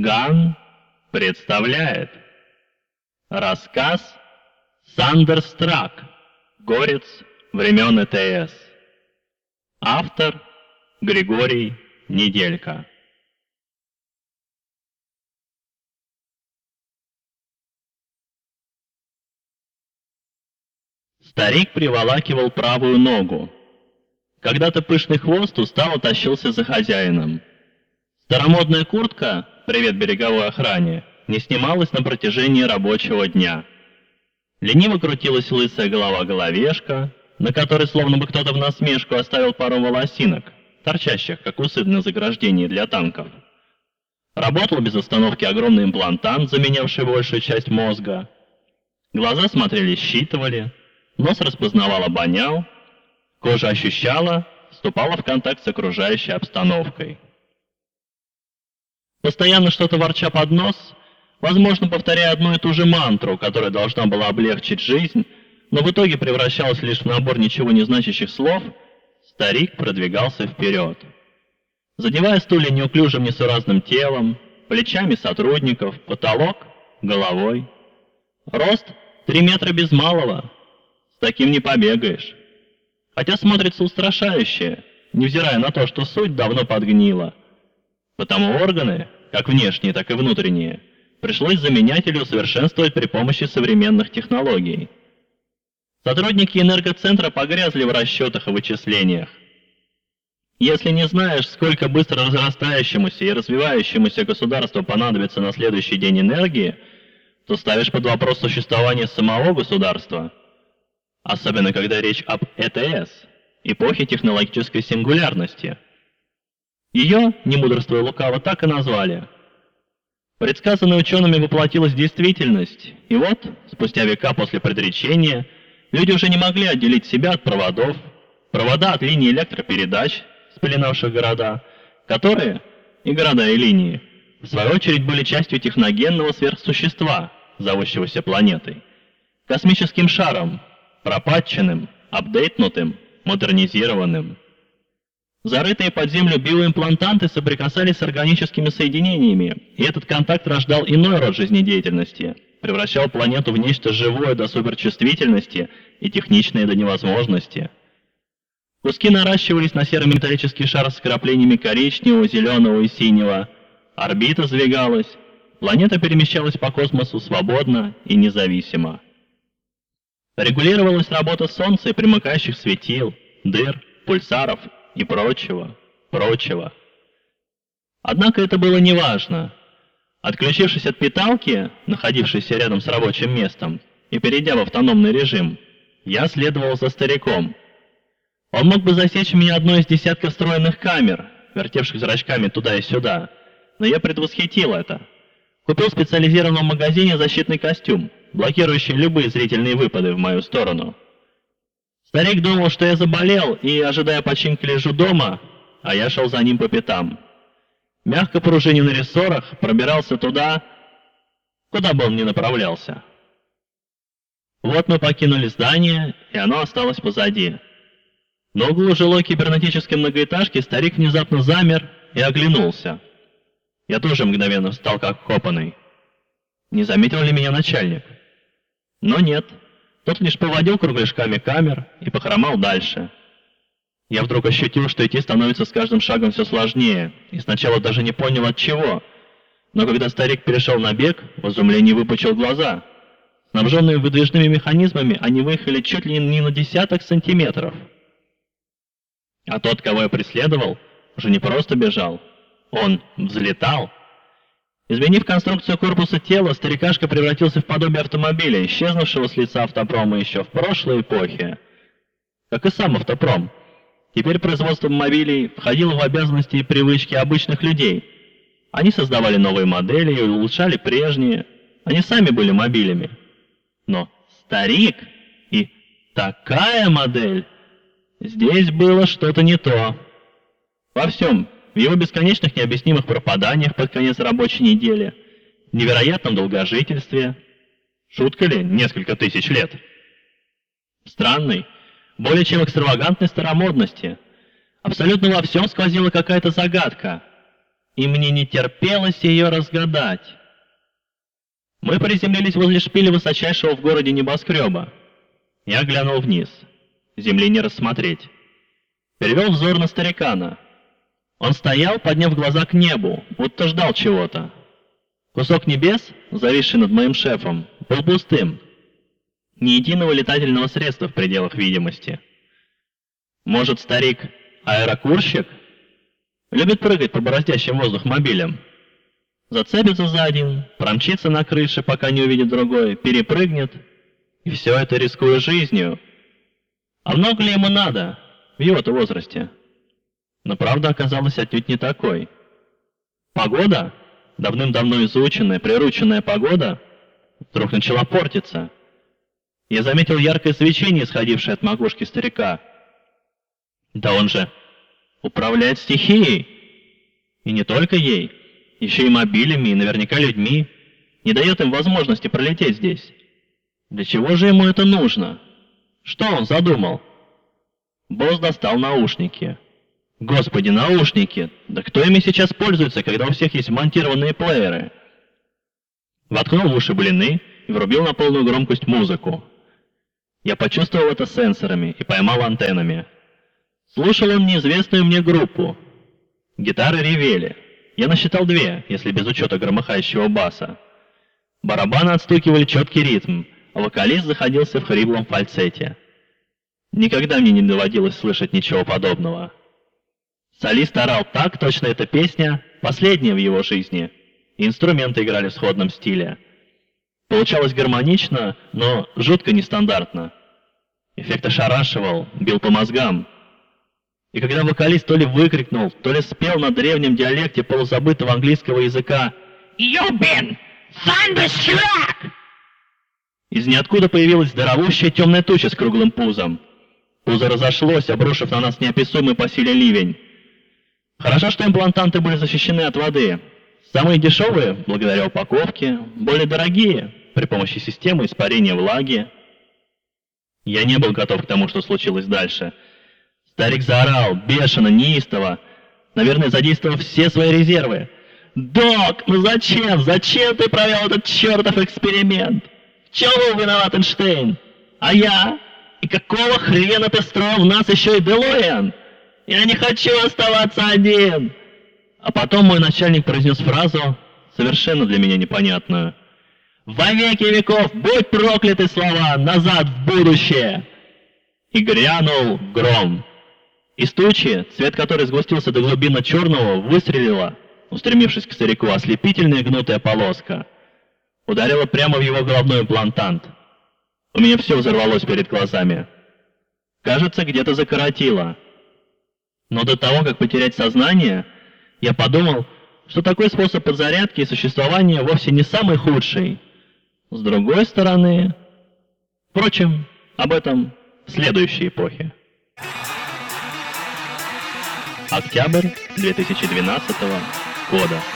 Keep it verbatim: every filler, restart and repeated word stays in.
Ган представляет рассказ Сандерстрак «Горец времен Э Т С». Автор Григорий Неделька. Старик приволакивал правую ногу. Когда-то пышный хвост устало тащился за хозяином. Старомодная куртка, привет береговой охране, не снималась на протяжении рабочего дня. Лениво крутилась лысая голова-головешка, на которой словно бы кто-то в насмешку оставил пару волосинок, торчащих, как усы на заграждении для танков. Работал без остановки огромный имплантант, заменявший большую часть мозга. Глаза смотрели, считывали, нос распознавал, обонял, кожа ощущала, вступала в контакт с окружающей обстановкой. Постоянно что-то ворча под нос, возможно, повторяя одну и ту же мантру, которая должна была облегчить жизнь, но в итоге превращалась лишь в набор ничего не значащих слов, старик продвигался вперед. Задевая стулья неуклюжим несуразным телом, плечами сотрудников, потолок, головой. Рост три метра без малого. С таким не побегаешь. Хотя смотрится устрашающе, невзирая на то, что суть давно подгнила. Потому органы, как внешние, так и внутренние, пришлось заменять или усовершенствовать при помощи современных технологий. Сотрудники энергоцентра погрязли в расчетах и вычислениях. Если не знаешь, сколько быстро разрастающемуся и развивающемуся государству понадобится на следующий день энергии, то ставишь под вопрос существование самого государства. Особенно, когда речь об Э Т С, эпохе технологической сингулярности. Ее, не мудрствуя лукаво, так и назвали. Предсказанное учеными воплотилась действительность, и вот, спустя века после предречения, люди уже не могли отделить себя от проводов, провода от линий электропередач, спеленавших города, которые, и города, и линии, в свою очередь были частью техногенного сверхсущества, зовущегося планетой, космическим шаром, пропатченным, апдейтнутым, модернизированным. Зарытые под землю биоимплантанты соприкасались с органическими соединениями, и этот контакт рождал иной род жизнедеятельности, превращал планету в нечто живое до суперчувствительности и техничное до невозможности. Куски наращивались на серо-металлический шар с вкраплениями коричневого, зеленого и синего. Орбита сдвигалась, планета перемещалась по космосу свободно и независимо. Регулировалась работа Солнца и примыкающих светил, дыр, пульсаров и прочего, прочего. Однако это было неважно. Отключившись от питалки, находившейся рядом с рабочим местом, и перейдя в автономный режим, я следовал за стариком. Он мог бы засечь меня одной из десятка встроенных камер, вертевших зрачками туда и сюда, но я предвосхитил это. Купил в специализированном магазине защитный костюм, блокирующий любые зрительные выпады в мою сторону. Старик думал, что я заболел, и, ожидая починки, лежу дома, а я шел за ним по пятам. Мягко пружиня на рессорах, пробирался туда, куда бы он ни направлялся. Вот мы покинули здание, и оно осталось позади. На углу жилой кибернетической многоэтажки старик внезапно замер и оглянулся. Я тоже мгновенно встал как вкопанный. Не заметил ли меня начальник? Но нет. Тот лишь поводил кругляшками камер и похромал дальше. Я вдруг ощутил, что идти становится с каждым шагом все сложнее, и сначала даже не понял от чего. Но когда старик перешел на бег, в изумлении выпучил глаза. Снабженные выдвижными механизмами, они выехали чуть ли не на десяток сантиметров. А тот, кого я преследовал, уже не просто бежал, он взлетал. Изменив конструкцию корпуса тела, старикашка превратился в подобие автомобиля, исчезнувшего с лица автопрома еще в прошлой эпохе. Как и сам автопром. Теперь производство мобилей входило в обязанности и привычки обычных людей. Они создавали новые модели и улучшали прежние. Они сами были мобилями. Но старик и такая модель... Здесь было что-то не то. Во всем, в его бесконечных необъяснимых пропаданиях под конец рабочей недели, невероятном долгожительстве. Шутка ли, несколько тысяч лет? Странной, более чем экстравагантной старомодности. Абсолютно во всем сквозила какая-то загадка. и мне не терпелось ее разгадать. Мы приземлились возле шпиля высочайшего в городе небоскреба. Я глянул вниз. Земли не рассмотреть. Перевел взор на старикана. Он стоял, подняв глаза к небу, будто ждал чего-то. Кусок небес, зависший над моим шефом, был пустым. Ни единого летательного средства в пределах видимости. Может, старик аэрокурщик? Любит прыгать по бороздящим воздух мобилям. Зацепится за один, промчится на крыше, пока не увидит другой, перепрыгнет. И все это рискуя жизнью. А много ли ему надо в его-то возрасте? Но правда оказалась отнюдь не такой. Погода, давным-давно изученная, прирученная погода, вдруг начала портиться. Я заметил яркое свечение, исходившее от макушки старика. Да он же управляет стихией. И не только ей, еще и мобилями, и наверняка людьми. Не дает им возможности пролететь здесь. Для чего же ему это нужно? Что он задумал? Босс достал наушники. Господи, наушники! Да кто ими сейчас пользуется, когда у всех есть монтированные плееры? Воткнул в уши блины и врубил на полную громкость музыку. Я почувствовал это сенсорами и поймал антеннами. Слушал он неизвестную мне группу. Гитары ревели. Я насчитал две, если без учета громыхающего баса. Барабаны отстукивали четкий ритм, а вокалист заходился в хриплом фальцете. Никогда мне не доводилось слышать ничего подобного. Солист орал так, точно эта песня последняя в его жизни. И инструменты играли в сходном стиле. Получалось гармонично, но жутко нестандартно. Эффект ошарашивал, бил по мозгам. И когда вокалист то ли выкрикнул, то ли спел на древнем диалекте полузабытого английского языка «You been thunderstruck!», из ниоткуда появилась здоровущая темная туча с круглым пузом. Пузо разошлось, обрушив на нас неописуемый по силе ливень. Хорошо, что имплантанты были защищены от воды. Самые дешевые, благодаря упаковке, более дорогие, при помощи системы испарения влаги. Я не был готов к тому, что случилось дальше. Старик заорал, бешено, неистово, наверное, задействовав все свои резервы. «Док, ну зачем? Зачем ты провел этот чертов эксперимент? В чем был виноват Эйнштейн? А я? И какого хрена ты строил в нас еще и Делориан? Я не хочу оставаться один!» А потом мой начальник произнес фразу, совершенно для меня непонятную. «Во веки веков будь прокляты слова «назад в будущее!» И грянул гром. Из тучи, цвет которой сгустился до глубинно-черного, выстрелила, устремившись к старику, ослепительная гнутая полоска. Ударила прямо в его головной имплантант. У меня все взорвалось перед глазами. Кажется, где-то закоротило. Но до того, как потерять сознание, я подумал, что такой способ подзарядки и существования вовсе не самый худший. С другой стороны... Впрочем, об этом в следующей эпохе. Октябрь две тысячи двенадцатого года.